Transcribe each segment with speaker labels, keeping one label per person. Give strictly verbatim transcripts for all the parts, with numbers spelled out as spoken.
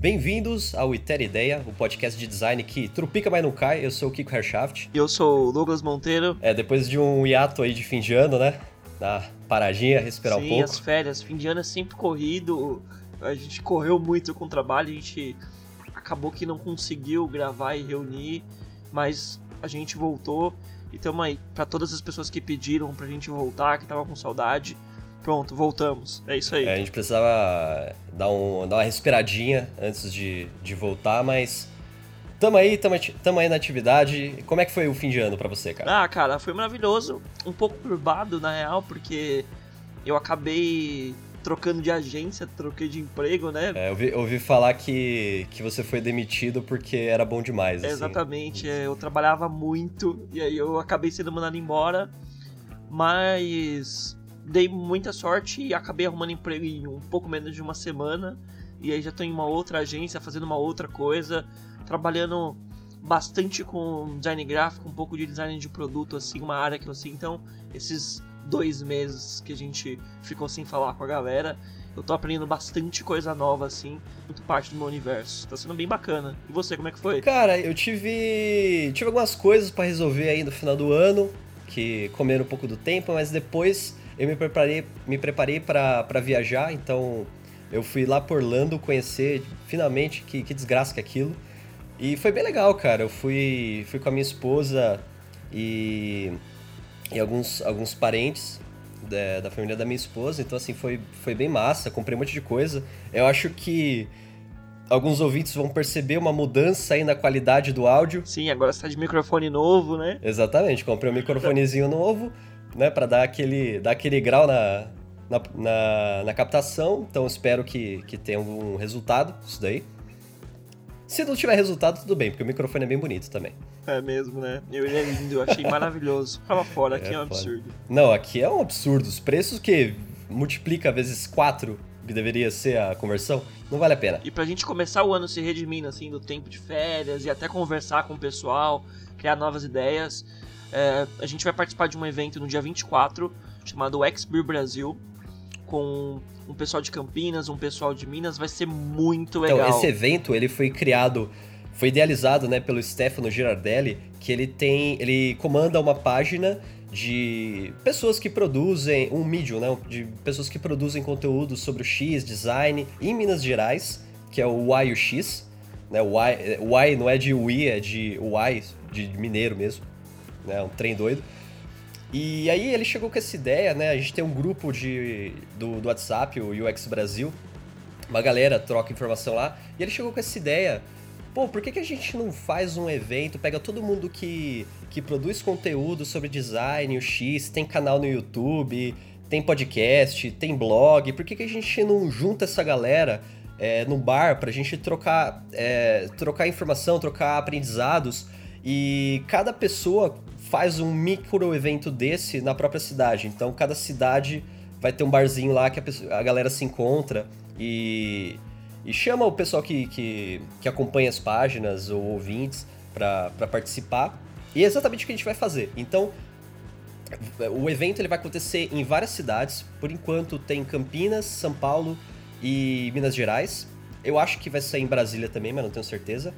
Speaker 1: Bem-vindos ao Itera Ideia, o podcast de design que trupica, mas não cai. Eu sou o Kiko Herschaft.
Speaker 2: Eu sou o Douglas Monteiro.
Speaker 1: É, depois de um hiato aí de fim de ano, né? Dar paradinha, respirar
Speaker 2: Sim,
Speaker 1: um pouco.
Speaker 2: as férias. Fim de ano é sempre corrido. A gente correu muito com o trabalho, a gente acabou que não conseguiu gravar e reunir, mas a gente voltou e estamos aí. Pra todas as pessoas que pediram pra gente voltar, que estavam com saudade, pronto, voltamos. É isso aí.
Speaker 1: É, a gente precisava dar, um, dar uma respiradinha antes de, de voltar, mas tamo aí, tamo, tamo aí na atividade. Como é que foi o fim de ano pra você, cara?
Speaker 2: Ah, cara, foi maravilhoso. Um pouco turbado, na real, porque eu acabei trocando de agência, troquei de emprego, né?
Speaker 1: É, eu ouvi, eu ouvi falar que, que você foi demitido porque era bom demais, assim.
Speaker 2: Exatamente, é, eu trabalhava muito e aí eu acabei sendo mandado embora, mas dei muita sorte e acabei arrumando emprego em um pouco menos de uma semana. E aí já tô em uma outra agência, fazendo uma outra coisa, trabalhando bastante com design gráfico, um pouco de design de produto, assim, uma área que eu sei. Então, esses dois meses que a gente ficou sem falar com a galera, eu tô aprendendo bastante coisa nova, assim, muito parte do meu universo. Tá sendo bem bacana. E você, como é que foi?
Speaker 1: Cara, eu tive tive algumas coisas pra resolver aí no final do ano, que comeram um pouco do tempo, mas depois eu me preparei, me preparei pra, pra viajar, então eu fui lá por Orlando conhecer, finalmente, que, que desgraça que é aquilo. E foi bem legal, cara. Eu fui, fui com a minha esposa e, e alguns, alguns parentes da, da família da minha esposa, então assim, foi, foi bem massa, comprei um monte de coisa. Eu acho que alguns ouvintes vão perceber uma mudança aí na qualidade do áudio.
Speaker 2: Sim, agora você tá de microfone novo, né?
Speaker 1: Exatamente, comprei um microfonezinho novo, né, pra dar aquele, dar aquele grau na, na, na, na captação, então espero que, que tenha algum resultado isso daí. Se não tiver resultado, tudo bem, porque o microfone é bem bonito também.
Speaker 2: É mesmo, né? Ele é lindo, eu achei maravilhoso. Fala fora, aqui é, é um
Speaker 1: foda.
Speaker 2: absurdo.
Speaker 1: Não, aqui é um absurdo. Os preços que multiplica vezes quatro, que deveria ser a conversão, não vale a pena.
Speaker 2: E pra gente começar o ano se redimindo, assim, do tempo de férias e até conversar com o pessoal, criar novas ideias, é, a gente vai participar de um evento no dia vinte e quatro, chamado X-Beer Brasil, com um pessoal de Campinas, um pessoal de Minas, vai ser muito legal.
Speaker 1: Então, esse evento, ele foi criado, foi idealizado, né, pelo Stefano Girardelli, que ele tem, ele comanda uma página de pessoas que produzem, um medium, né, de pessoas que produzem conteúdo sobre o X, design, em Minas Gerais, que é o Y U X, né, o Y, o Y não é de Wii, é de Y, de mineiro mesmo, né, um trem doido. E aí ele chegou com essa ideia, né? A gente tem um grupo de, do, do WhatsApp, o U X Brasil, uma galera troca informação lá, e ele chegou com essa ideia, pô, por que, que a gente não faz um evento, pega todo mundo que, que produz conteúdo sobre design, o X, tem canal no YouTube, tem podcast, tem blog, por que, que a gente não junta essa galera é, num bar pra gente trocar, é, trocar informação, trocar aprendizados, e cada pessoa faz um micro evento desse na própria cidade. Então cada cidade vai ter um barzinho lá que a, pessoa, a galera se encontra e, e chama o pessoal que, que, que acompanha as páginas ou ouvintes para participar. E é exatamente o que a gente vai fazer. Então o evento ele vai acontecer em várias cidades. Por enquanto tem Campinas, São Paulo e Minas Gerais. Eu acho que vai sair em Brasília também, mas não tenho certeza.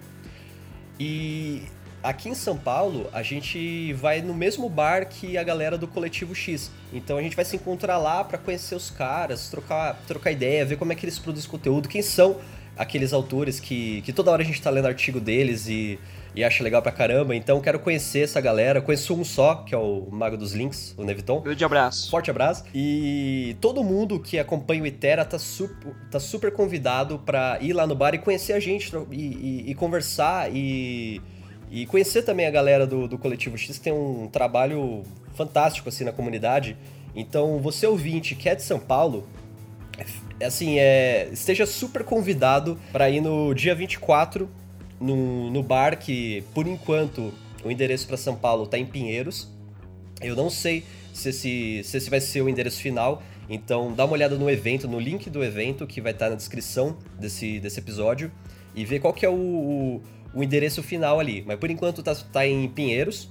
Speaker 1: E aqui em São Paulo, a gente vai no mesmo bar que a galera do Coletivo X. Então a gente vai se encontrar lá para conhecer os caras, trocar, trocar ideia, ver como é que eles produzem conteúdo, quem são aqueles autores que, que toda hora a gente tá lendo artigo deles e, e acha legal pra caramba. Então quero conhecer essa galera. Conheço um só, que é o Mago dos Links, o Neviton.
Speaker 2: Grande abraço.
Speaker 1: Forte abraço. E todo mundo que acompanha o Itera tá super, tá super convidado pra ir lá no bar e conhecer a gente e, e, e conversar e... E conhecer também a galera do, do Coletivo X, que tem um trabalho fantástico assim na comunidade. Então, você ouvinte que é de São Paulo, assim, é, esteja super convidado para ir no dia vinte e quatro no, no bar, que por enquanto o endereço para São Paulo tá em Pinheiros. Eu não sei se esse, se esse vai ser o endereço final, então dá uma olhada no evento, no link do evento que vai estar na descrição desse, desse episódio e ver qual que é o... o o endereço final ali, mas por enquanto tá, tá em Pinheiros.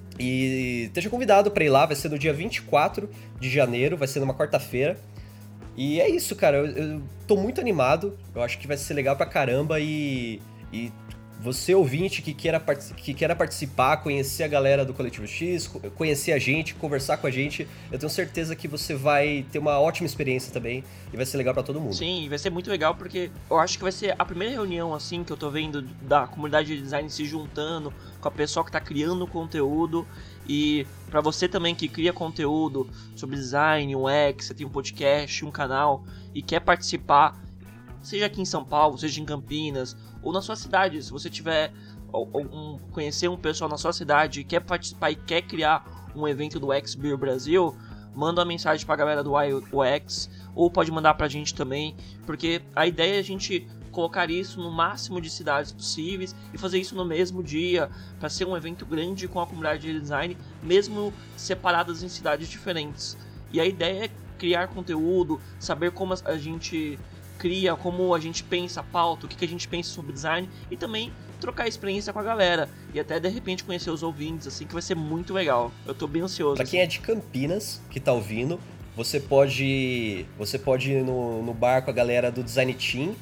Speaker 1: E esteja convidado para ir lá, vai ser no dia vinte e quatro de janeiro, vai ser numa quarta-feira. E é isso, cara, eu, eu tô muito animado, eu acho que vai ser legal pra caramba e, e você ouvinte que queira, que queira participar, conhecer a galera do Coletivo X, conhecer a gente, conversar com a gente, eu tenho certeza que você vai ter uma ótima experiência também e vai ser legal pra todo mundo.
Speaker 2: Sim, vai ser muito legal porque eu acho que vai ser a primeira reunião assim que eu tô vendo da comunidade de design se juntando com a pessoa que tá criando conteúdo. E para você também que cria conteúdo sobre design, U X, você tem um podcast, um canal e quer participar, seja aqui em São Paulo, seja em Campinas ou na sua cidade, se você tiver ou, ou, um, conhecer um pessoal na sua cidade e quer participar e quer criar um evento do X-Beer Brasil, manda uma mensagem pra galera do U X ou pode mandar pra gente também, porque a ideia é a gente colocar isso no máximo de cidades possíveis e fazer isso no mesmo dia, para ser um evento grande com a comunidade de design, mesmo separadas em cidades diferentes. E a ideia é criar conteúdo, saber como a gente cria, como a gente pensa a pauta, o que a gente pensa sobre design e também trocar experiência com a galera e até de repente conhecer os ouvintes, assim, que vai ser muito legal. Eu tô bem ansioso.
Speaker 1: Pra
Speaker 2: assim.
Speaker 1: quem é de Campinas, que tá ouvindo, você pode, você pode ir no, no bar com a galera do Design Team,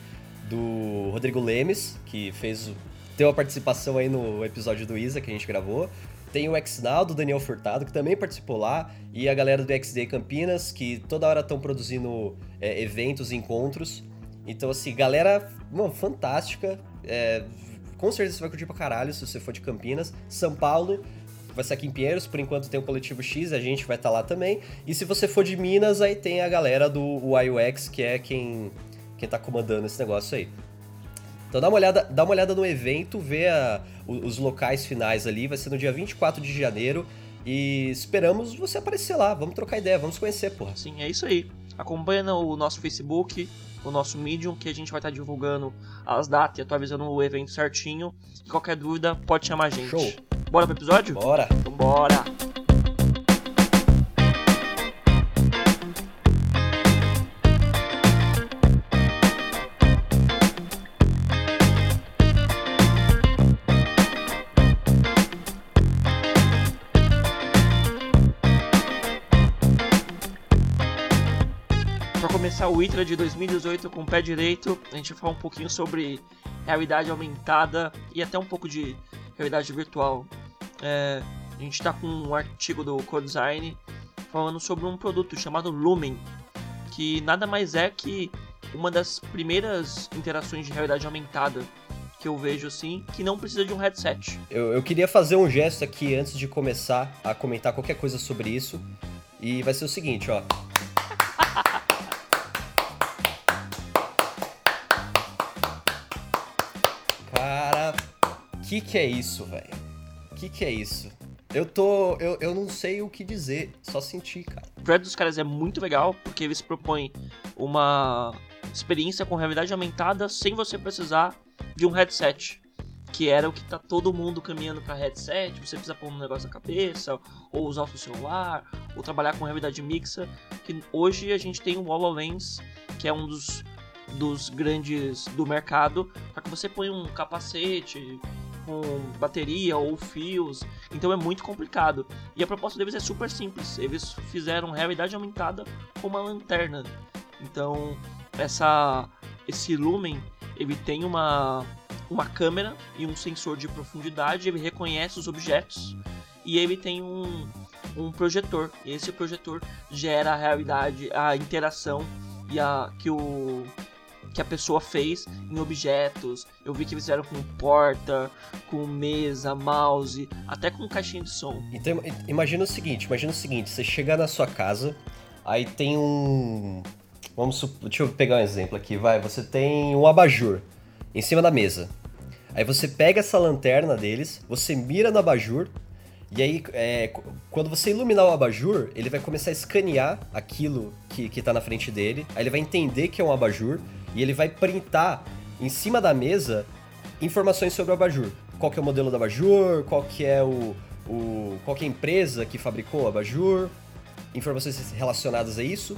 Speaker 1: do Rodrigo Lemes, que fez teve uma participação aí no episódio do Isa que a gente gravou. Tem o Xnal do Daniel Furtado, que também participou lá, e a galera do X D Campinas, que toda hora estão produzindo é, eventos e encontros. Então, assim, galera, mano, fantástica. É, com certeza você vai curtir pra caralho se você for de Campinas. São Paulo vai ser aqui em Pinheiros, por enquanto tem o Coletivo X, a gente vai estar tá lá também. E se você for de Minas, aí tem a galera do U I U X, que é quem... quem tá comandando esse negócio aí. Então dá uma olhada, dá uma olhada no evento, vê a, os locais finais ali, vai ser no dia vinte e quatro de janeiro e esperamos você aparecer lá, vamos trocar ideia, vamos conhecer, porra.
Speaker 2: Sim, é isso aí. Acompanha o nosso Facebook, o nosso Medium, que a gente vai estar divulgando as datas e atualizando o evento certinho. E qualquer dúvida, pode chamar a gente.
Speaker 1: Show!
Speaker 2: Bora pro episódio?
Speaker 1: Bora!
Speaker 2: Então bora! Começar o ITRA de dois mil e dezoito com o pé direito, a gente vai falar um pouquinho sobre realidade aumentada e até um pouco de realidade virtual. É, a gente está com um artigo do CoDesign falando sobre um produto chamado Lumen, que nada mais é que uma das primeiras interações de realidade aumentada que eu vejo assim, que não precisa de um headset.
Speaker 1: Eu, eu queria fazer um gesto aqui antes de começar a comentar qualquer coisa sobre isso, e vai ser o seguinte, ó. Cara, que que é isso, velho? Que que é isso? Eu tô... Eu, eu não sei o que dizer, só sentir, cara.
Speaker 2: O projeto dos caras é muito legal, porque eles propõem uma experiência com realidade aumentada sem você precisar de um headset. Que era o que tá todo mundo caminhando pra headset, você precisa pôr um negócio na cabeça, ou usar o seu celular, ou trabalhar com realidade mixa. Que hoje a gente tem o HoloLens, que é um dos... dos grandes do mercado, para que você põe um capacete com bateria ou fios, então é muito complicado. E a proposta deles é super simples, eles fizeram realidade aumentada com uma lanterna. Então essa, esse Lumen, ele tem uma, uma câmera e um sensor de profundidade, ele reconhece os objetos e ele tem um, um projetor, e esse projetor gera a realidade, a interação e a, que o que a pessoa fez em objetos. Eu vi que eles fizeram com porta, com mesa, mouse, até com caixinha de som.
Speaker 1: Então imagina o seguinte, imagina o seguinte, você chega na sua casa, aí tem um... Vamos, deixa eu pegar um exemplo aqui, vai, você tem um abajur em cima da mesa. Aí você pega essa lanterna deles, você mira no abajur, e aí é, quando você iluminar o abajur, ele vai começar a escanear aquilo que, que tá na frente dele, aí ele vai entender que é um abajur, e ele vai printar em cima da mesa informações sobre o abajur. Qual que é o modelo do abajur, qual que é o, o qual que é a empresa que fabricou o abajur, informações relacionadas a isso.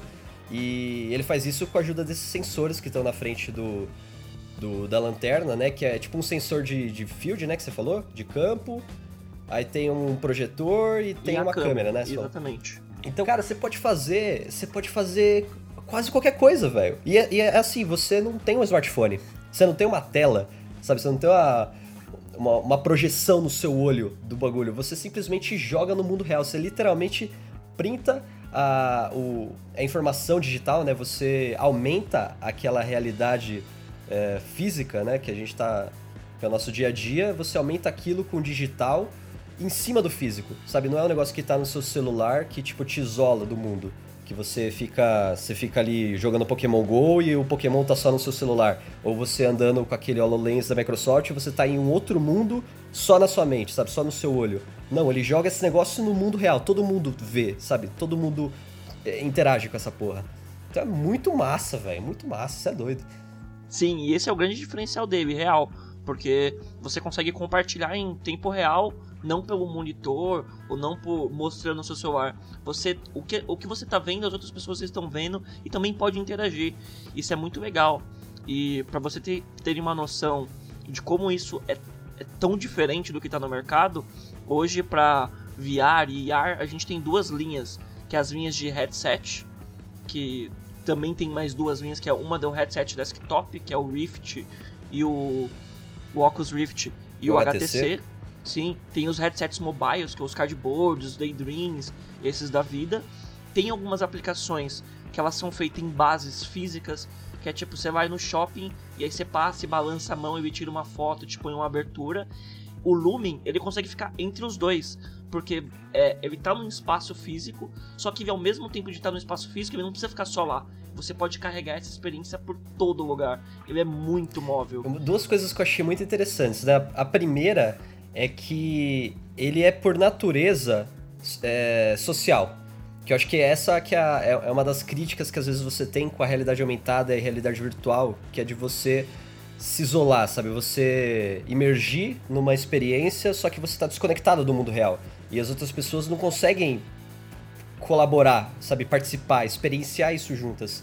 Speaker 1: E ele faz isso com a ajuda desses sensores que estão na frente do, do, da lanterna, né? Que é tipo um sensor de, de field, né? Que você falou, de campo. Aí tem um projetor e tem
Speaker 2: e
Speaker 1: uma câmera, câmera, né?
Speaker 2: Exatamente.
Speaker 1: Então, cara, você pode fazer, você pode fazer quase qualquer coisa, velho. E, é, e é assim, você não tem um smartphone, você não tem uma tela, sabe? Você não tem uma, uma, uma projeção no seu olho do bagulho. Você simplesmente joga no mundo real. Você literalmente printa a, o, a informação digital, né? Você aumenta aquela realidade é, física, né? Que a gente tá... que é o nosso dia a dia. Você aumenta aquilo com o digital em cima do físico, sabe? Não é um negócio que tá no seu celular que, tipo, te isola do mundo. Que você fica, você fica ali jogando Pokémon GO e o Pokémon tá só no seu celular. Ou você andando com aquele HoloLens da Microsoft e você tá em um outro mundo só na sua mente, sabe? Só no seu olho. Não, ele joga esse negócio no mundo real. Todo mundo vê, sabe? Todo mundo é, interage com essa porra. Então é muito massa, velho. Muito massa, isso é doido.
Speaker 2: Sim, e esse é o grande diferencial dele, real. Porque você consegue compartilhar em tempo real, não pelo monitor ou não por mostrando no seu celular. Você, o, que, o que você está vendo, as outras pessoas estão vendo e também pode interagir. Isso é muito legal. E para você ter, ter uma noção de como isso é, é tão diferente do que está no mercado, hoje para V R e I R a gente tem duas linhas, que é as linhas de headset, que também tem mais duas linhas, que é uma do headset desktop, que é o Rift, e o, o Oculus Rift e o, o H T C. H T C. Sim, tem os headsets mobiles, que é os cardboards, os Daydreams, esses da vida. Tem algumas aplicações que elas são feitas em bases físicas, que é tipo, você vai no shopping e aí você passa e balança a mão e ele tira uma foto, tipo, em uma abertura. O Lumen, ele consegue ficar entre os dois, porque é, ele tá num espaço físico, só que ao mesmo tempo de estar no espaço físico, ele não precisa ficar só lá. Você pode carregar essa experiência por todo lugar. Ele é muito móvel.
Speaker 1: Duas coisas que eu achei muito interessantes, né? A primeira é que ele é, por natureza, é, social. Que eu acho que essa que é, é uma das críticas que às vezes você tem com a realidade aumentada e a realidade virtual, que é de você se isolar, sabe? Você imergir numa experiência, só que você está desconectado do mundo real. E as outras pessoas não conseguem colaborar, sabe? Participar, experienciar isso juntas.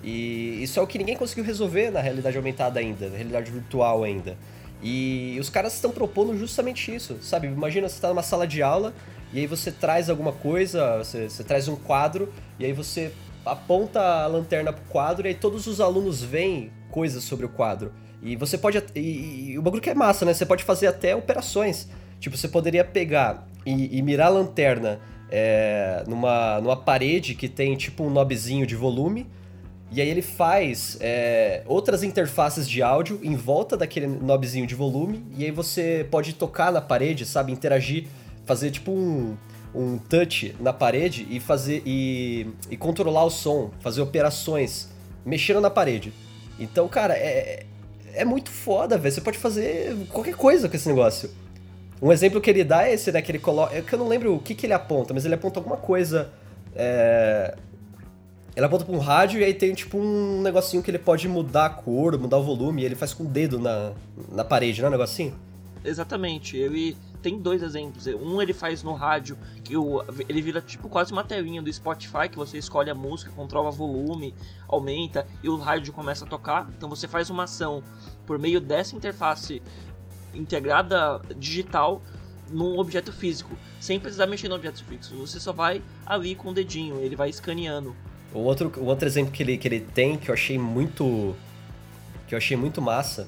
Speaker 1: E isso é o que ninguém conseguiu resolver na realidade aumentada ainda, na realidade virtual ainda. E os caras estão propondo justamente isso, sabe? Imagina você está numa sala de aula e aí você traz alguma coisa, você, você traz um quadro e aí você aponta a lanterna pro quadro e aí todos os alunos veem coisas sobre o quadro. E você pode... E, e o bagulho que é massa, né? Você pode fazer até operações. Tipo, você poderia pegar e, e mirar a lanterna é, numa, numa parede que tem tipo um knobzinho de volume. E aí ele faz é, outras interfaces de áudio em volta daquele knobzinho de volume. E aí você pode tocar na parede, sabe? Interagir, fazer tipo um, um touch na parede e, fazer, e, e controlar o som, fazer operações, mexendo na parede. Então, cara, é, é muito foda, velho. Você pode fazer qualquer coisa com esse negócio. Um exemplo que ele dá é esse, né? Que ele coloca... É que eu não lembro o que, que ele aponta, mas ele aponta alguma coisa... É... Ele aponta pra um rádio e aí tem tipo um negocinho que ele pode mudar a cor, mudar o volume, e ele faz com o dedo na, na parede, não é um negocinho?
Speaker 2: Exatamente, ele tem dois exemplos. Um ele faz no rádio, que o, ele vira tipo quase uma telinha do Spotify, que você escolhe a música, controla o volume, aumenta e o rádio começa a tocar. Então você faz uma ação por meio dessa interface integrada digital num objeto físico, sem precisar mexer no objeto fixo. Você só vai ali com o dedinho, ele vai escaneando.
Speaker 1: O outro, o outro exemplo que ele, que ele tem, que eu achei muito que eu achei muito massa,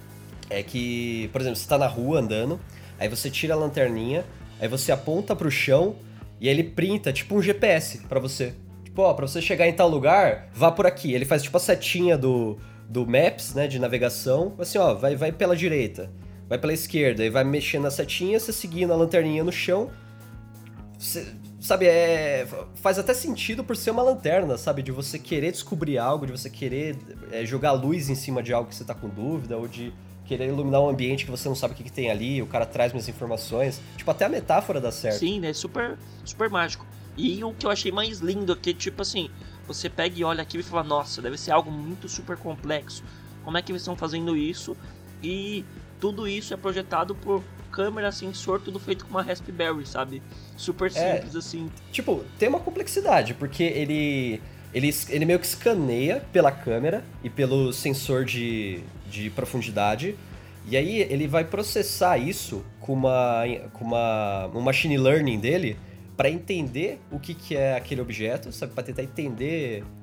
Speaker 1: é que, por exemplo, você tá na rua andando, aí você tira a lanterninha, aí você aponta pro chão e aí ele printa tipo um G P S pra você. Tipo, ó, pra você chegar em tal lugar, vá por aqui. Ele faz tipo a setinha do, do Maps, né, de navegação, assim, ó, vai, vai pela direita, vai pela esquerda, e vai mexendo na setinha, você seguindo a lanterninha no chão, você... Sabe, é, faz até sentido por ser uma lanterna, sabe? De você querer descobrir algo, de você querer é, jogar luz em cima de algo que você tá com dúvida, ou de querer iluminar um ambiente que você não sabe o que, que tem ali, o cara traz mais informações. Tipo, até a metáfora dá certo.
Speaker 2: Sim, né? Super, super mágico. E o que eu achei mais lindo é que, tipo assim, você pega e olha aqui e fala, nossa, deve ser algo muito super complexo. Como é que eles estão fazendo isso? E tudo isso é projetado por câmera, sensor, tudo feito com uma Raspberry, sabe? Super simples, é, assim.
Speaker 1: Tipo, tem uma complexidade, porque ele, ele, ele meio que escaneia pela câmera e pelo sensor de, de profundidade, e aí ele vai processar isso com uma, com uma um machine learning dele para entender o que, que é aquele objeto, sabe? Para tentar entender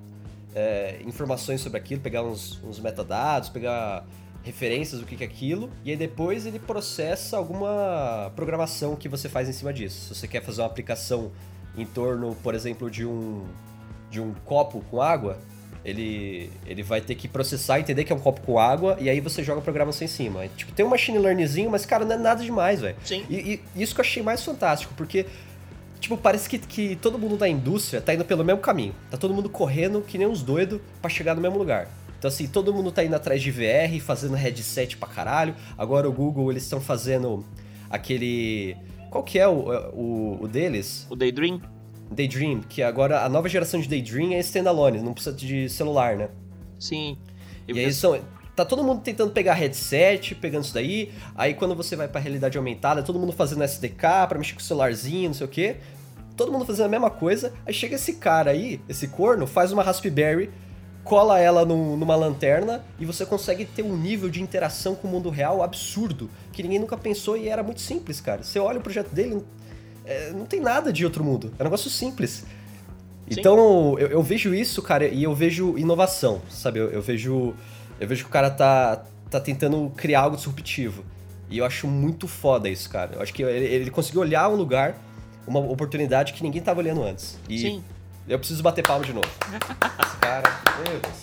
Speaker 1: é, informações sobre aquilo, pegar uns, uns metadados, pegar referências do que, que é aquilo, e aí depois ele processa alguma programação que você faz em cima disso. Se você quer fazer uma aplicação em torno, por exemplo, de um, de um copo com água, ele, ele vai ter que processar, entender que é um copo com água, e aí você joga a programação em cima. Tipo, tem um machine learningzinho, mas, cara, não é nada demais, velho.
Speaker 2: Sim.
Speaker 1: E, e isso que eu achei mais fantástico, porque, tipo, parece que, que todo mundo da indústria tá indo pelo mesmo caminho. Tá todo mundo correndo que nem uns doidos pra chegar no mesmo lugar. Então, assim, todo mundo tá indo atrás de V R, fazendo headset pra caralho. Agora o Google, eles estão fazendo aquele... Qual que é o, o, o deles?
Speaker 2: O Daydream?
Speaker 1: Daydream, que agora a nova geração de Daydream é standalone, não precisa de celular, né?
Speaker 2: Sim.
Speaker 1: E aí são, tá todo mundo tentando pegar headset, pegando isso daí, aí quando você vai pra realidade aumentada, todo mundo fazendo S D K pra mexer com o celularzinho, não sei o quê, todo mundo fazendo a mesma coisa, aí chega esse cara aí, esse corno, faz uma Raspberry, cola ela num, numa lanterna e você consegue ter um nível de interação com o mundo real absurdo, que ninguém nunca pensou e era muito simples, cara. Você olha o projeto dele... É, não tem nada de outro mundo, é um negócio simples. Sim. Então, eu, eu vejo isso, cara, e eu vejo inovação, sabe? Eu, eu vejo eu vejo que o cara tá, tá tentando criar algo disruptivo. E eu acho muito foda isso, cara. Eu acho que ele, ele conseguiu olhar um lugar, uma oportunidade que ninguém tava olhando antes. E
Speaker 2: Sim.
Speaker 1: Eu preciso bater palma de novo. Esse cara, meu Deus.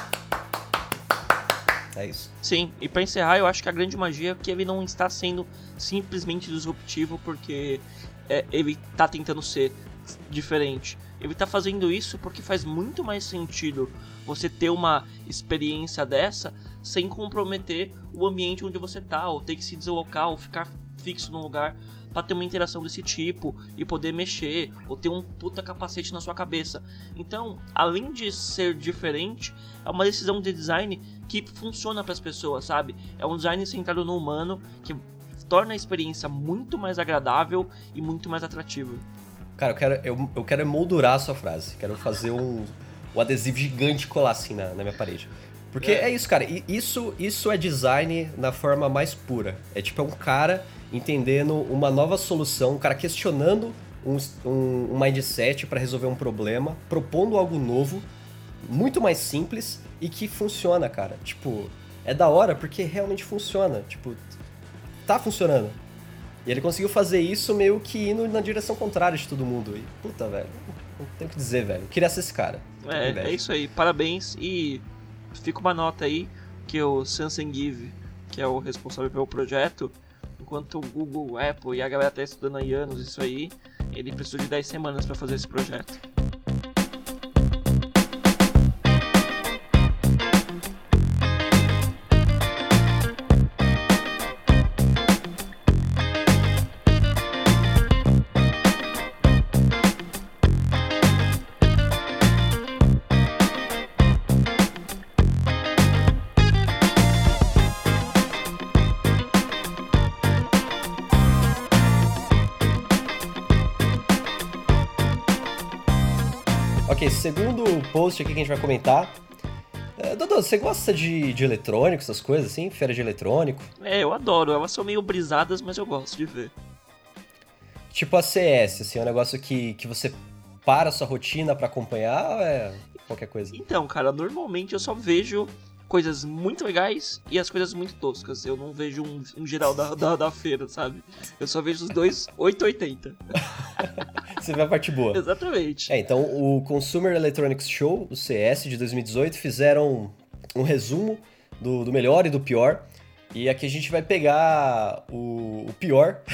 Speaker 1: É isso.
Speaker 2: Sim, e pra encerrar, eu acho que a grande magia é que ele não está sendo simplesmente disruptivo porque... É, ele tá tentando ser diferente. Ele tá fazendo isso porque faz muito mais sentido você ter uma experiência dessa sem comprometer o ambiente onde você tá, ou ter que se deslocar, ou ficar fixo num lugar pra ter uma interação desse tipo e poder mexer, ou ter um puta capacete na sua cabeça. Então, além de ser diferente, é uma decisão de design que funciona pras pessoas, sabe? É um design centrado no humano que torna a experiência muito mais agradável e muito mais atrativa.
Speaker 1: Cara, eu quero, eu, eu quero moldurar a sua frase. Quero fazer um, um adesivo gigante e colar assim na, na minha parede. Porque é. é isso, cara. Isso, isso é design na forma mais pura. É tipo, é um cara entendendo uma nova solução, um cara questionando um, um, um mindset para resolver um problema, propondo algo novo, muito mais simples e que funciona, cara. Tipo, é da hora porque realmente funciona. Tipo... tá funcionando. E ele conseguiu fazer isso meio que indo na direção contrária de todo mundo. E, puta, velho, não tenho o que dizer, velho. Eu queria ser esse cara.
Speaker 2: É, é isso aí. Parabéns. E fica uma nota aí que o Samsung Give, que é o responsável pelo projeto, enquanto o Google, Apple e a galera tá estudando aí anos isso aí, ele precisou de dez semanas para fazer esse projeto.
Speaker 1: Ok, segundo post aqui que a gente vai comentar. É, Dodô, você gosta de, de eletrônico, essas coisas assim? Feira de eletrônico?
Speaker 2: É, eu adoro. Elas são meio brisadas, mas eu gosto de ver.
Speaker 1: Tipo a C S, assim, é um negócio que, que você para a sua rotina pra acompanhar ou é qualquer coisa?
Speaker 2: Então, cara, normalmente eu só vejo coisas muito legais e as coisas muito toscas. Eu não vejo um, um geral da, da, da feira, sabe? Eu só vejo os dois oitocentos e oitenta.
Speaker 1: Você vê a parte boa.
Speaker 2: Exatamente.
Speaker 1: É, então o Consumer Electronics Show, o C S de dois mil e dezoito, fizeram um resumo do, do melhor e do pior. E aqui a gente vai pegar o, o pior,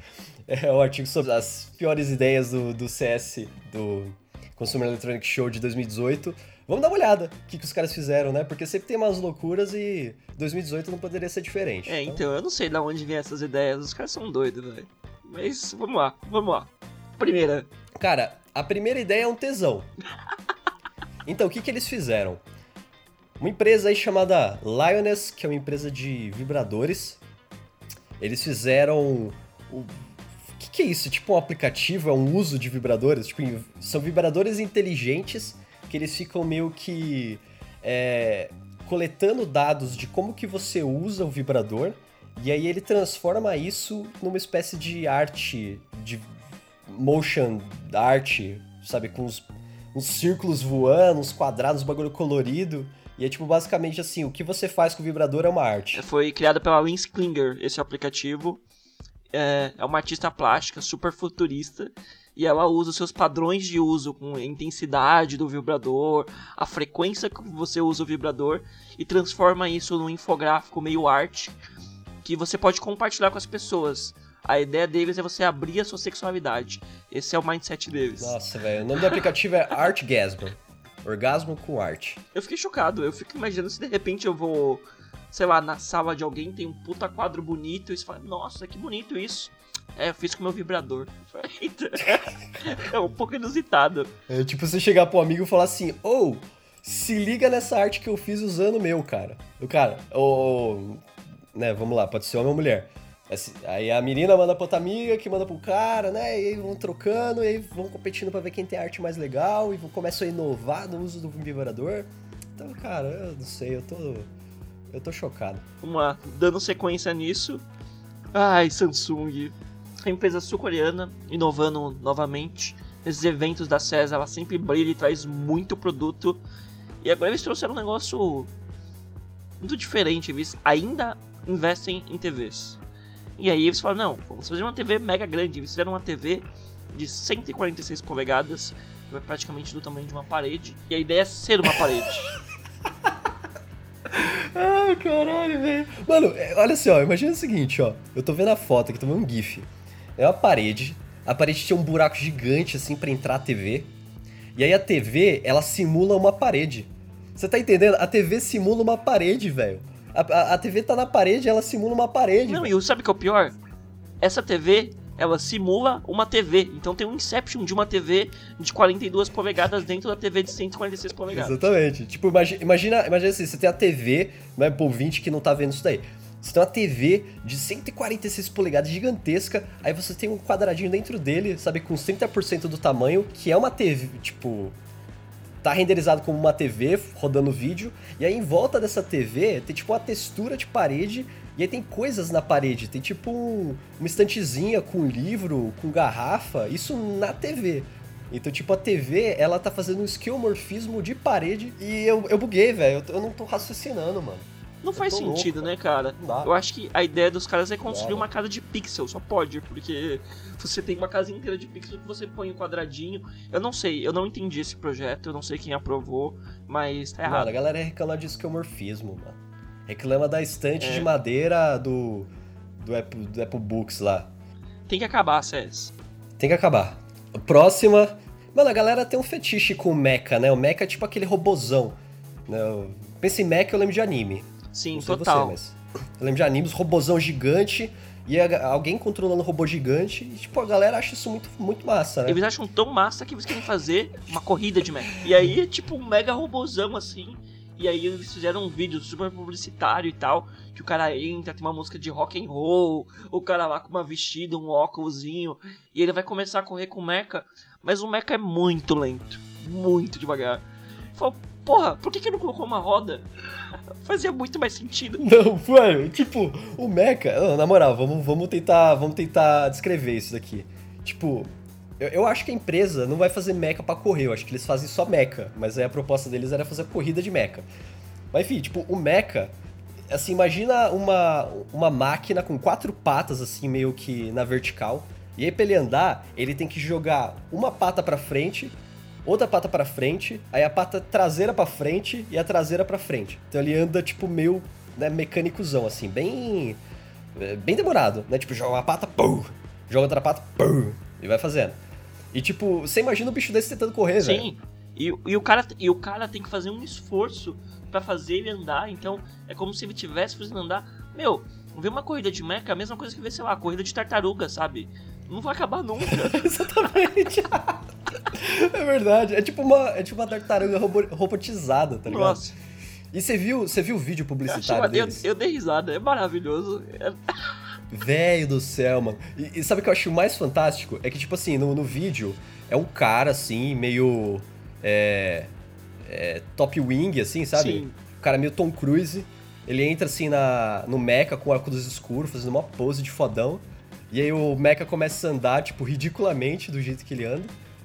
Speaker 1: é o artigo sobre as piores ideias do, do C S, do Consumer Electronics Show de dois mil e dezoito. Vamos dar uma olhada o que, que os caras fizeram, né? Porque sempre tem umas loucuras e dois mil e dezoito não poderia ser diferente.
Speaker 2: É, então, eu não sei de onde vem essas ideias. Os caras são doidos, velho. Mas vamos lá, vamos lá. Primeira.
Speaker 1: Cara, a primeira ideia é um tesão. Então, o que, que eles fizeram? Uma empresa aí chamada Lioness, que é uma empresa de vibradores. Eles fizeram... O, o que, que é isso? Tipo um aplicativo? É um uso de vibradores? Tipo, são vibradores inteligentes que eles ficam meio que é, coletando dados de como que você usa o vibrador, e aí ele transforma isso numa espécie de arte, de motion art, sabe, com os, uns círculos voando, uns quadrados, uns bagulho colorido. E é tipo, basicamente assim, o que você faz com o vibrador é uma arte.
Speaker 2: Foi criado pela Lindsay Klinger, esse aplicativo. É, é uma artista plástica super futurista. E ela usa os seus padrões de uso, com a intensidade do vibrador, a frequência que você usa o vibrador, e transforma isso num infográfico meio arte, que você pode compartilhar com as pessoas. A ideia deles é você abrir a sua sexualidade. Esse é o mindset deles.
Speaker 1: Nossa, velho. O nome do aplicativo é Artgasm. Orgasmo com arte.
Speaker 2: Eu fiquei chocado. Eu fico imaginando se de repente eu vou, sei lá, na sala de alguém, tem um puta quadro bonito, e você fala, nossa, que bonito isso. É, eu fiz com o meu vibrador. É um pouco inusitado.
Speaker 1: É tipo você chegar pro amigo e falar assim, ô, oh, se liga nessa arte que eu fiz usando o meu, cara. O cara, ou... né, vamos lá, pode ser homem ou mulher. Aí a menina manda pra outra amiga, que manda pro cara, né, e aí vão trocando, e aí vão competindo pra ver quem tem a arte mais legal, e começam a inovar no uso do vibrador. Então, cara, eu não sei, eu tô... eu tô chocado.
Speaker 2: Vamos lá, dando sequência nisso. Ai, Samsung... A empresa sul-coreana, inovando novamente. Nesses eventos da C E S, ela sempre brilha e traz muito produto. E agora eles trouxeram um negócio muito diferente. Eles ainda investem em T Vs. E aí eles falaram, não, vamos fazer uma T V mega grande. Eles fizeram uma T V de cento e quarenta e seis polegadas, que é praticamente do tamanho de uma parede. E a ideia é ser uma parede.
Speaker 1: Ai, caralho, velho. Mano, olha assim, ó, imagina o seguinte, ó. Eu tô vendo a foto aqui, tô vendo um gif. É uma parede, a parede tinha um buraco gigante, assim, pra entrar a T V. E aí a T V, ela simula uma parede. Você tá entendendo? A T V simula uma parede, velho. A, a, a T V tá na parede, ela simula uma parede.
Speaker 2: Não,
Speaker 1: véio.
Speaker 2: e sabe o que é o pior? Essa T V, ela simula uma T V. Então tem um Inception de uma T V de quarenta e duas polegadas dentro da T V de cento e quarenta e seis polegadas.
Speaker 1: Exatamente. Tipo, imagina, imagina, imagina assim, você tem a T V, né, pro ouvinte que não tá vendo isso daí. Você tem uma T V de cento e quarenta e seis polegadas gigantesca, aí você tem um quadradinho dentro dele, sabe, com trinta por cento do tamanho, que é uma T V, tipo, tá renderizado como uma T V, rodando vídeo, e aí em volta dessa T V tem tipo uma textura de parede, e aí tem coisas na parede, tem tipo um, uma estantezinha com livro, com garrafa, isso na T V. Então, tipo, a T V, ela tá fazendo um esquiomorfismo de parede, e eu, eu buguei, velho, eu, eu não tô raciocinando, mano.
Speaker 2: Não faz sentido,
Speaker 1: louco,
Speaker 2: né, cara?
Speaker 1: Não dá.
Speaker 2: Eu acho que a ideia dos caras é construir
Speaker 1: Não.
Speaker 2: uma casa de pixel, só pode, porque você tem uma casa inteira de pixel que você põe um quadradinho. Eu não sei, eu não entendi esse projeto, eu não sei quem aprovou, mas tá errado.
Speaker 1: Mano, a galera reclama de esquiomorfismo, mano. Reclama da estante
Speaker 2: É.
Speaker 1: de madeira do, do, Apple, do Apple Books lá.
Speaker 2: Tem que acabar, C E S.
Speaker 1: Tem que acabar. Próxima. Mano, a galera tem um fetiche com o mecha, né? O mecha é tipo aquele robozão. Né? Pensa em mecha, eu lembro de anime.
Speaker 2: Sim,
Speaker 1: Não sei
Speaker 2: total.
Speaker 1: você, mas eu lembro de animes, robozão gigante, e a- alguém controlando o robô gigante, e tipo, a galera acha isso muito, muito massa, né?
Speaker 2: Eles acham tão massa que eles querem fazer uma corrida de mecha. E aí é tipo um mega robozão assim. E aí eles fizeram um vídeo super publicitário e tal, que o cara entra, tem uma música de rock and roll, o cara lá com uma vestida, um óculosinho, e ele vai começar a correr com o mecha, mas o mecha é muito lento, muito devagar. Falou, porra, por que que não colocou uma roda? Fazia muito mais sentido.
Speaker 1: Não, velho, tipo, o mecha, não, na moral, vamos, vamos tentar, vamos tentar descrever isso daqui. Tipo, eu, eu acho que a empresa não vai fazer mecha pra correr, eu acho que eles fazem só mecha, mas aí a proposta deles era fazer corrida de mecha. Mas enfim, tipo, o mecha, assim, imagina uma, uma máquina com quatro patas, assim, meio que na vertical, e aí pra ele andar, ele tem que jogar uma pata pra frente, outra pata pra frente, aí a pata traseira pra frente e a traseira pra frente. Então ele anda, tipo, meio, né, mecânicozão, assim, bem... bem demorado, né? Tipo, joga uma pata, pum! Joga outra pata, pum! E vai fazendo. E, tipo, você imagina um bicho desse tentando correr, velho.
Speaker 2: Sim, e, e, o cara, e o cara tem que fazer um esforço pra fazer ele andar, então é como se ele tivesse fazendo andar. Meu, ver uma corrida de mecha é a mesma coisa que ver, sei lá, a corrida de tartaruga, sabe? Não vai acabar nunca.
Speaker 1: Exatamente. É verdade. É tipo uma, é tipo uma tartaruga robo- robotizada, tá ligado?
Speaker 2: Nossa,
Speaker 1: E você viu, você viu o vídeo
Speaker 2: eu,
Speaker 1: publicitário
Speaker 2: achei- eu,
Speaker 1: deles?
Speaker 2: eu dei risada, é maravilhoso. É-
Speaker 1: Velho do céu, mano. E, e sabe o que eu acho mais fantástico? É que, tipo assim, no, no vídeo, é um cara, assim, meio... É, é, top wing, assim, sabe?
Speaker 2: Sim.
Speaker 1: O cara meio Tom Cruise. Ele entra, assim, na, no mecha com o óculos escuro, fazendo uma pose de fodão. E aí o mecha começa a andar, tipo, ridiculamente do jeito que ele anda.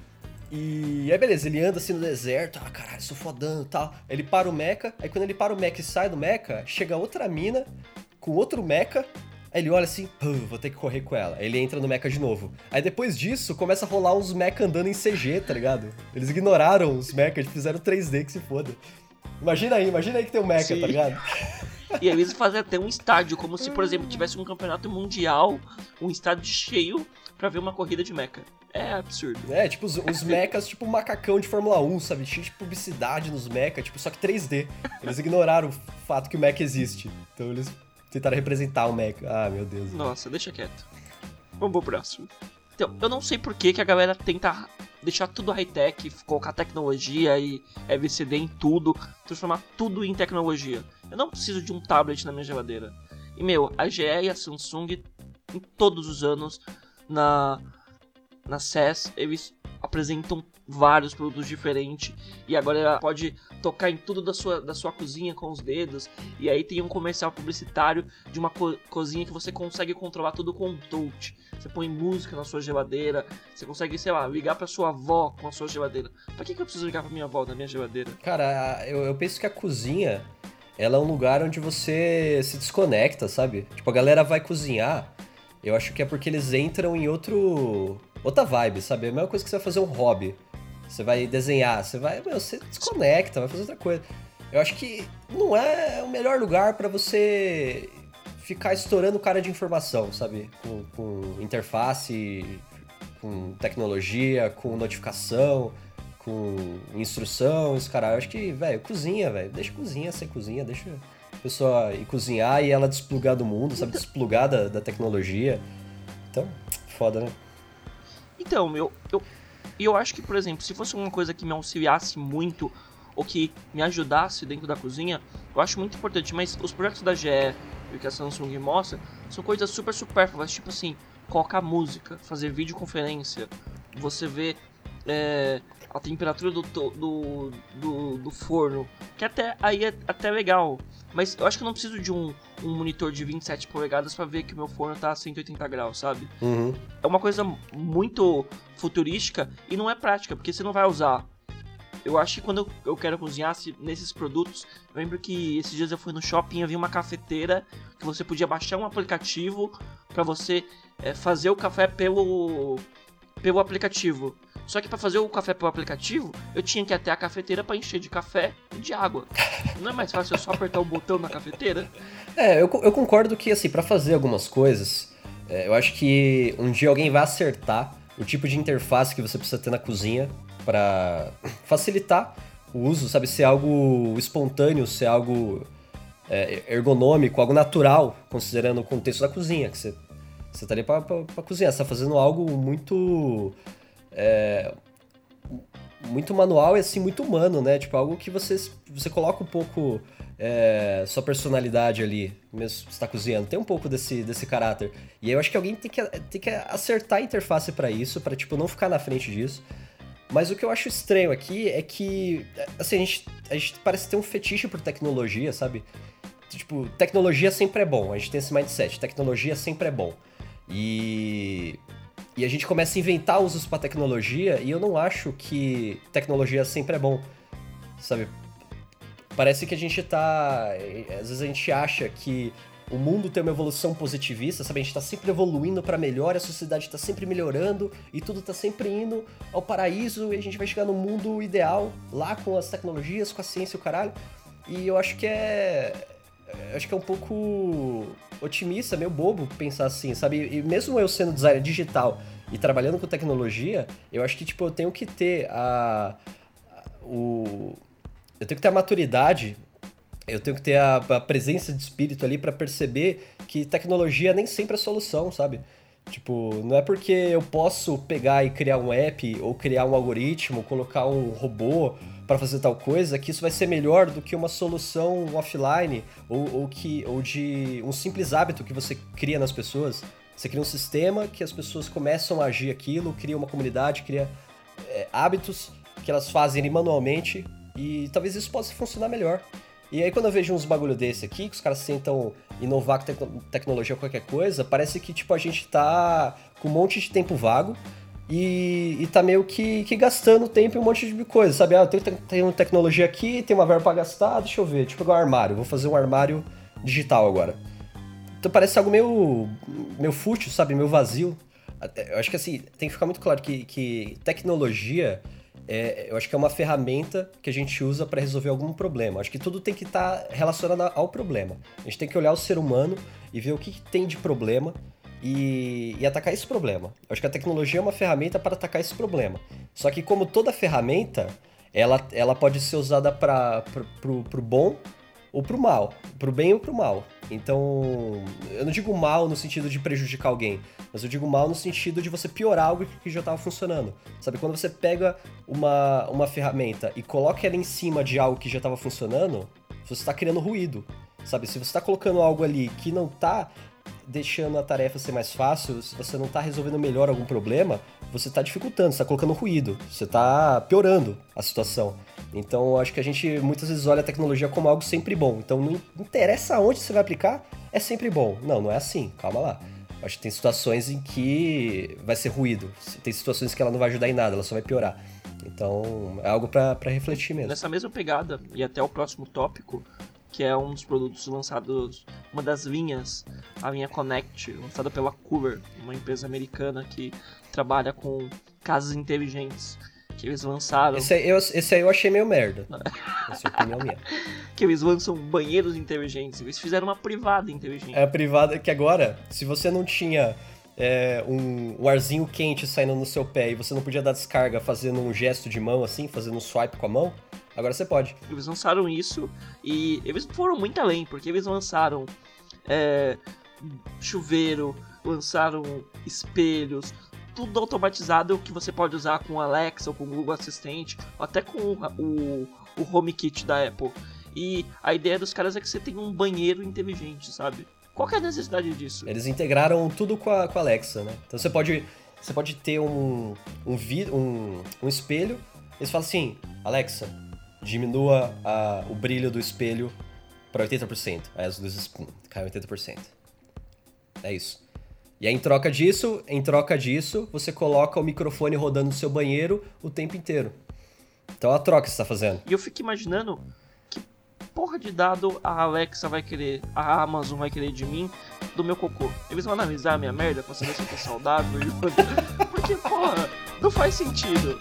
Speaker 1: E aí beleza, ele anda assim no deserto, ah caralho, sou fodão e tal. Aí ele para o mecha, aí quando ele para o mecha e sai do mecha, chega outra mina com outro mecha. Aí ele olha assim, vou ter que correr com ela. Aí ele entra no mecha de novo. Aí depois disso, começa a rolar uns mecha andando em C G, tá ligado? Eles ignoraram os mecha, eles fizeram três D que se foda. Imagina aí, imagina aí que tem um mecha,
Speaker 2: Sim.
Speaker 1: tá ligado?
Speaker 2: E às vezes fazer até um estádio, como se, por exemplo, tivesse um campeonato mundial, um estádio cheio pra ver uma corrida de mecha. É absurdo.
Speaker 1: É, tipo, os, os mechas, tipo macacão de Fórmula um, sabe? Cheio de publicidade nos mecha, tipo, só que três D. Eles ignoraram o fato que o mecha existe. Então eles tentaram representar o mecha. Ah, meu Deus.
Speaker 2: Nossa, deixa quieto. Vamos pro próximo. Então, eu não sei por que, que a galera tenta deixar tudo high-tech, colocar tecnologia e L C D em tudo, transformar tudo em tecnologia. Eu não preciso de um tablet na minha geladeira. E, meu, a G E e a Samsung, em todos os anos, na, na C E S, eles apresentam vários produtos diferentes. E agora ela pode tocar em tudo da sua, da sua cozinha com os dedos. E aí tem um comercial publicitário de uma co- cozinha que você consegue controlar tudo com um touch. Você põe música na sua geladeira. Você consegue, sei lá, ligar pra sua avó com a sua geladeira. Pra que, que eu preciso ligar pra minha avó na minha geladeira?
Speaker 1: Cara, eu, eu penso que a cozinha, ela é um lugar onde você se desconecta, sabe? Tipo, a galera vai cozinhar, eu acho que é porque eles entram em outro... outra vibe, sabe? É a mesma coisa que você vai fazer um hobby. Você vai desenhar, você vai... Meu, você desconecta, vai fazer outra coisa. Eu acho que não é o melhor lugar pra você ficar estourando cara de informação, sabe? Com, com interface, com tecnologia, com notificação, com instrução, esse cara. Eu acho que, velho, cozinha, velho. Deixa cozinha ser cozinha, deixa a pessoa ir cozinhar e ela desplugar do mundo, sabe? Desplugar da, da tecnologia. Então, foda, né?
Speaker 2: Então, eu, eu, eu acho que, por exemplo, se fosse uma coisa que me auxiliasse muito ou que me ajudasse dentro da cozinha, eu acho muito importante. Mas os projetos da G E e o que a Samsung mostra são coisas super supérfluas, tipo assim, colocar música, fazer videoconferência, você vê é, a temperatura do, do, do, do forno, que até aí é até legal. Mas eu acho que eu não preciso de um, um monitor de vinte e sete polegadas pra ver que o meu forno tá a cento e oitenta graus, sabe?
Speaker 1: Uhum.
Speaker 2: É uma coisa muito futurística e não é prática, porque você não vai usar. Eu acho que quando eu quero cozinhar se, nesses produtos, eu lembro que esses dias eu fui no shopping e vi uma cafeteira que você podia baixar um aplicativo pra você é, fazer o café pelo, pelo aplicativo. Só que pra fazer o café pelo aplicativo, eu tinha que ir até a cafeteira pra encher de café e de água. Não é mais fácil eu só apertar o botão na cafeteira?
Speaker 1: É, eu, eu concordo que, assim, pra fazer algumas coisas, é, eu acho que um dia alguém vai acertar o tipo de interface que você precisa ter na cozinha pra facilitar o uso, sabe? Ser algo espontâneo, ser algo é, ergonômico, algo natural, considerando o contexto da cozinha, que você, você tá ali pra, pra, pra cozinhar, você tá fazendo algo muito... É, muito manual e assim, muito humano, né? Tipo, algo que você, você coloca um pouco é, sua personalidade ali, mesmo que você tá cozinhando. Tem um pouco desse, desse caráter. E aí eu acho que alguém tem que, tem que acertar a interface pra isso, pra, tipo, não ficar na frente disso. Mas o que eu acho estranho aqui é que, assim, a gente, a gente parece ter um fetiche por tecnologia, sabe? Tipo, tecnologia sempre é bom. A gente tem esse mindset, tecnologia sempre é bom. E... E a gente começa a inventar usos pra tecnologia e eu não acho que tecnologia sempre é bom, sabe? Parece que a gente tá... Às vezes a gente acha que o mundo tem uma evolução positivista, sabe? A gente tá sempre evoluindo pra melhor, a sociedade tá sempre melhorando e tudo tá sempre indo ao paraíso e a gente vai chegar no mundo ideal, lá com as tecnologias, com a ciência e o caralho. E eu acho que é... Acho que é um pouco otimista, meio bobo pensar assim, sabe? E mesmo eu sendo designer digital e trabalhando com tecnologia, eu acho que, tipo, eu tenho que ter a... a o, eu tenho que ter a maturidade, eu tenho que ter a, a presença de espírito ali pra perceber que tecnologia nem sempre é solução, sabe? Tipo, não é porque eu posso pegar e criar um app ou criar um algoritmo, colocar um robô para fazer tal coisa, que isso vai ser melhor do que uma solução offline ou, ou, que, ou de um simples hábito que você cria nas pessoas. Você cria um sistema que as pessoas começam a agir aquilo, cria uma comunidade, cria é, hábitos que elas fazem ali manualmente e talvez isso possa funcionar melhor. E aí quando eu vejo uns bagulho desse aqui, que os caras tentam inovar com te- tecnologia ou qualquer coisa, parece que tipo a gente tá com um monte de tempo vago e, e tá meio que, que gastando tempo em um monte de coisa, sabe? Ah, eu tenho, tenho tecnologia aqui, tem uma verba pra gastar, deixa eu ver, deixa eu pegar um armário, vou fazer um armário digital agora. Então parece algo meio, meio fútil, sabe? Meio vazio. Eu acho que assim, tem que ficar muito claro que, que tecnologia, é, eu acho que é uma ferramenta que a gente usa para resolver algum problema. Eu acho que tudo tem que estar tá relacionado ao problema. A gente tem que olhar o ser humano e ver o que, que tem de problema e, e atacar esse problema. Eu acho que a tecnologia é uma ferramenta para atacar esse problema. Só que como toda ferramenta, ela, ela pode ser usada para pro, pro bom ou pro mal, pro bem ou pro mal. Então, eu não digo mal no sentido de prejudicar alguém, mas eu digo mal no sentido de você piorar algo que já estava funcionando. Sabe, quando você pega uma, uma ferramenta e coloca ela em cima de algo que já estava funcionando, você está criando ruído. Sabe, se você está colocando algo ali que não está deixando a tarefa ser mais fácil, se você não está resolvendo melhor algum problema, você está dificultando, você está colocando ruído, você está piorando a situação. Então, acho que a gente muitas vezes olha a tecnologia como algo sempre bom. Então, não interessa onde você vai aplicar, é sempre bom. Não, não é assim, calma lá. Acho que tem situações em que vai ser ruído, tem situações que ela não vai ajudar em nada, ela só vai piorar. Então, é algo para refletir mesmo.
Speaker 2: Nessa mesma pegada, e até o próximo tópico, que é um dos produtos lançados, uma das linhas, a linha Connect, lançada pela Cooler, uma empresa americana que trabalha com casas inteligentes, que eles lançaram...
Speaker 1: Esse aí eu, esse aí eu achei meio merda, essa é a opinião minha.
Speaker 2: Que eles lançam banheiros inteligentes, eles fizeram uma privada inteligente.
Speaker 1: É a privada que agora, se você não tinha é, um, um arzinho quente saindo no seu pé e você não podia dar descarga fazendo um gesto de mão assim, fazendo um swipe com a mão, agora você pode.
Speaker 2: Eles lançaram isso e eles foram muito além, porque eles lançaram é, chuveiro, lançaram espelhos, tudo automatizado que você pode usar com o Alexa ou com o Google Assistente, ou até com o, o, o HomeKit da Apple. E a ideia dos caras é que você tem um banheiro inteligente, sabe? Qual que é a necessidade disso?
Speaker 1: Eles integraram tudo com a, com a Alexa, né? Então você pode, você pode ter um, um, vid, um, um espelho, eles falam assim, Alexa, diminua a, o brilho do espelho para oitenta por cento. Aí as luzes pum, caem oitenta por cento. É isso. E aí, em troca disso, em troca disso, você coloca o microfone rodando no seu banheiro o tempo inteiro. Então, é a troca que você está fazendo.
Speaker 2: E eu fico imaginando que porra de dado a Alexa vai querer, a Amazon vai querer de mim, do meu cocô. Eles vão analisar a minha merda pra saber se eu tô saudável. Porque, porra, não faz sentido.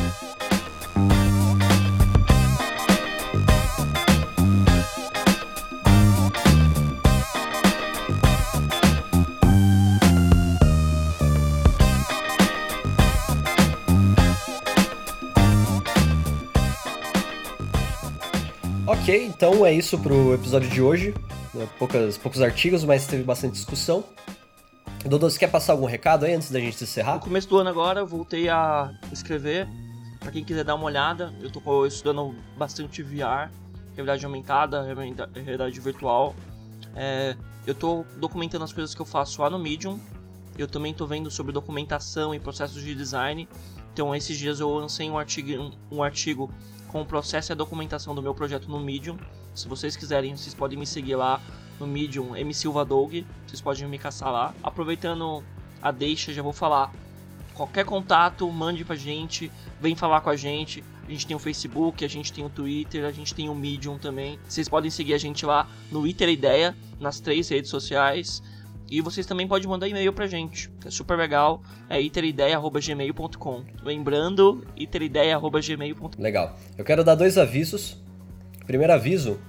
Speaker 1: Ok, então é isso pro episódio de hoje. Poucas, poucos artigos, mas teve bastante discussão. Dodô, você quer passar algum recado aí antes da gente encerrar?
Speaker 2: No começo do ano agora eu voltei a escrever. Pra quem quiser dar uma olhada, eu tô estudando bastante V R, realidade aumentada, realidade virtual. É, eu tô documentando as coisas que eu faço lá no Medium. Eu também tô vendo sobre documentação e processos de design. Então esses dias eu lancei um artigo, um, um artigo com o processo e a documentação do meu projeto no Medium. Se vocês quiserem, vocês podem me seguir lá no Medium, M Silva Doug. Vocês podem me caçar lá. Aproveitando a deixa, já vou falar. Qualquer contato, mande pra gente, vem falar com a gente. A gente tem o Facebook, a gente tem o Twitter, a gente tem o Medium também. Vocês podem seguir a gente lá no Iter Ideia, nas três redes sociais. E vocês também podem mandar e-mail pra gente, que é super legal, é iterideias arroba gmail ponto com. Lembrando, iterideias arroba gmail ponto com.
Speaker 1: Legal. Eu quero dar dois avisos. Primeiro aviso,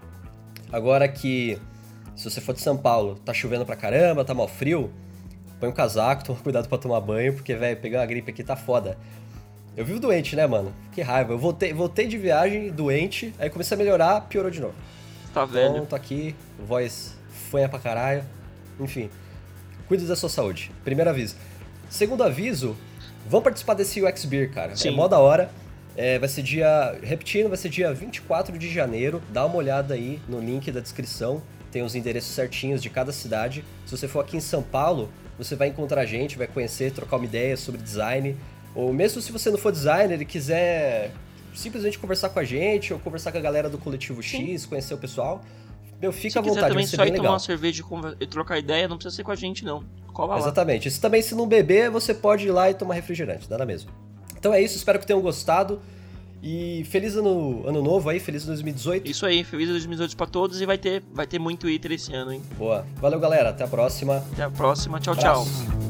Speaker 1: agora que se você for de São Paulo, tá chovendo pra caramba, tá mal frio, põe um casaco, toma cuidado pra tomar banho, porque, velho, pegar uma gripe aqui tá foda. Eu vivo doente, né, mano? Que raiva. Eu voltei, voltei de viagem doente, aí comecei a melhorar, piorou de novo.
Speaker 2: Tá velho.
Speaker 1: Então, tô aqui, voz fanha pra caralho. Enfim, cuide da sua saúde. Primeiro aviso. Segundo aviso, vamos participar desse U X Beer, cara.
Speaker 2: Sim.
Speaker 1: É mó da hora. É, vai ser dia... Repetindo, vai ser dia vinte e quatro de janeiro. Dá uma olhada aí no link da descrição. Tem os endereços certinhos de cada cidade. Se você for aqui em São Paulo, você vai encontrar a gente, vai conhecer, trocar uma ideia sobre design. Ou mesmo se você não for designer e quiser simplesmente conversar com a gente ou conversar com a galera do Coletivo X, conhecer o pessoal... Meu, fica à
Speaker 2: Se quiser
Speaker 1: vontade,
Speaker 2: também
Speaker 1: vai ser
Speaker 2: só
Speaker 1: bem
Speaker 2: ir tomar
Speaker 1: legal.
Speaker 2: uma cerveja e conver- e trocar ideia, não precisa ser com a gente, não. Cola lá.
Speaker 1: Exatamente. Isso também, se não beber, você pode ir lá e tomar refrigerante, nada mesmo. Então é isso, espero que tenham gostado. E feliz ano, ano novo aí, feliz dois mil e dezoito.
Speaker 2: Isso aí, feliz dois mil e dezoito pra todos e vai ter, vai ter muito Twitter esse ano, hein?
Speaker 1: Boa. Valeu, galera. Até a próxima.
Speaker 2: Até a próxima. Tchau,
Speaker 1: Abraço.
Speaker 2: tchau.